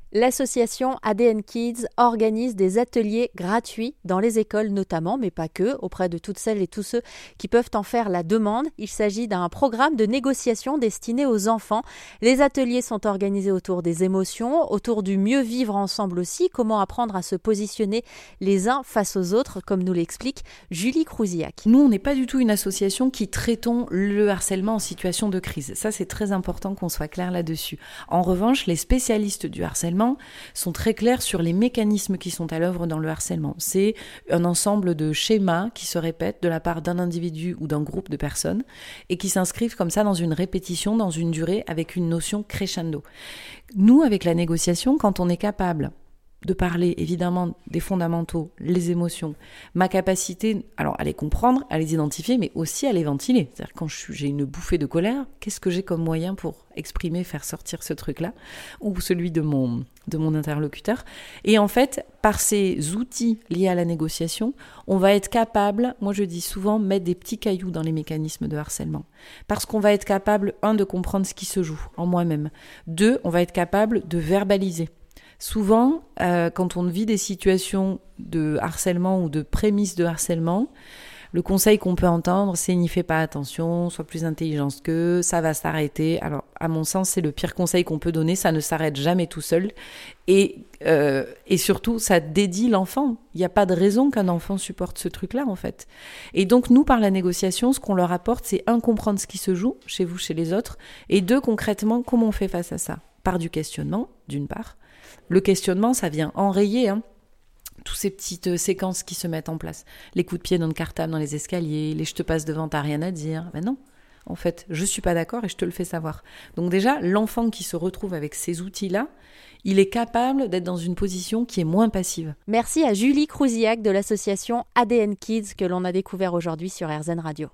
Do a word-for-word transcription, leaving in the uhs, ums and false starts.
L'association A D N Kids organise des ateliers gratuits dans les écoles notamment, mais pas que, auprès de toutes celles et tous ceux qui peuvent en faire la demande. Il s'agit d'un programme de négociation destiné aux enfants. Les ateliers sont organisés autour des émotions, autour du mieux vivre ensemble aussi, comment apprendre à se positionner les uns face aux autres, comme nous l'explique Julie Crouzillac. Nous, on n'est pas du tout une association qui traitons le harcèlement en situation de crise. Ça, c'est très important qu'on soit clair là-dessus. En revanche, les spécialistes du harcèlement sont très clairs sur les mécanismes qui sont à l'œuvre dans le harcèlement. C'est un ensemble de schémas qui se répètent de la part d'un individu ou d'un groupe de personnes et qui s'inscrivent comme ça dans une répétition, dans une durée, avec une notion crescendo. Nous, avec la négociation, quand on est capable de parler évidemment des fondamentaux, les émotions, ma capacité alors à les comprendre, à les identifier, mais aussi à les ventiler. C'est-à-dire quand je suis, j'ai une bouffée de colère, qu'est-ce que j'ai comme moyen pour exprimer, faire sortir ce truc-là, ou celui de mon, de mon interlocuteur. Et en fait, par ces outils liés à la négociation, on va être capable, moi je dis souvent, mettre des petits cailloux dans les mécanismes de harcèlement. Parce qu'on va être capable, un, de comprendre ce qui se joue en moi-même. Deux, on va être capable de verbaliser. Souvent, euh, quand on vit des situations de harcèlement ou de prémices de harcèlement, le conseil qu'on peut entendre, c'est n'y fais pas attention, sois plus intelligente qu'eux, ça va s'arrêter. Alors, à mon sens, c'est le pire conseil qu'on peut donner, ça ne s'arrête jamais tout seul. Et, euh, et surtout, ça dédie l'enfant. Il n'y a pas de raison qu'un enfant supporte ce truc-là, en fait. Et donc, nous, par la négociation, ce qu'on leur apporte, c'est un, comprendre ce qui se joue, chez vous, chez les autres, et deux, concrètement, comment on fait face à ça ? Par du questionnement, d'une part. Le questionnement, ça vient enrayer hein, toutes ces petites euh, séquences qui se mettent en place. Les coups de pied dans le cartable, dans les escaliers, les « je te passe devant, t'as rien à dire ». Ben non, en fait, je suis pas d'accord et je te le fais savoir. Donc déjà, l'enfant qui se retrouve avec ces outils-là, il est capable d'être dans une position qui est moins passive. Merci à Julie Crouzillac de l'association A D N Kids que l'on a découvert aujourd'hui sur R Z N Radio.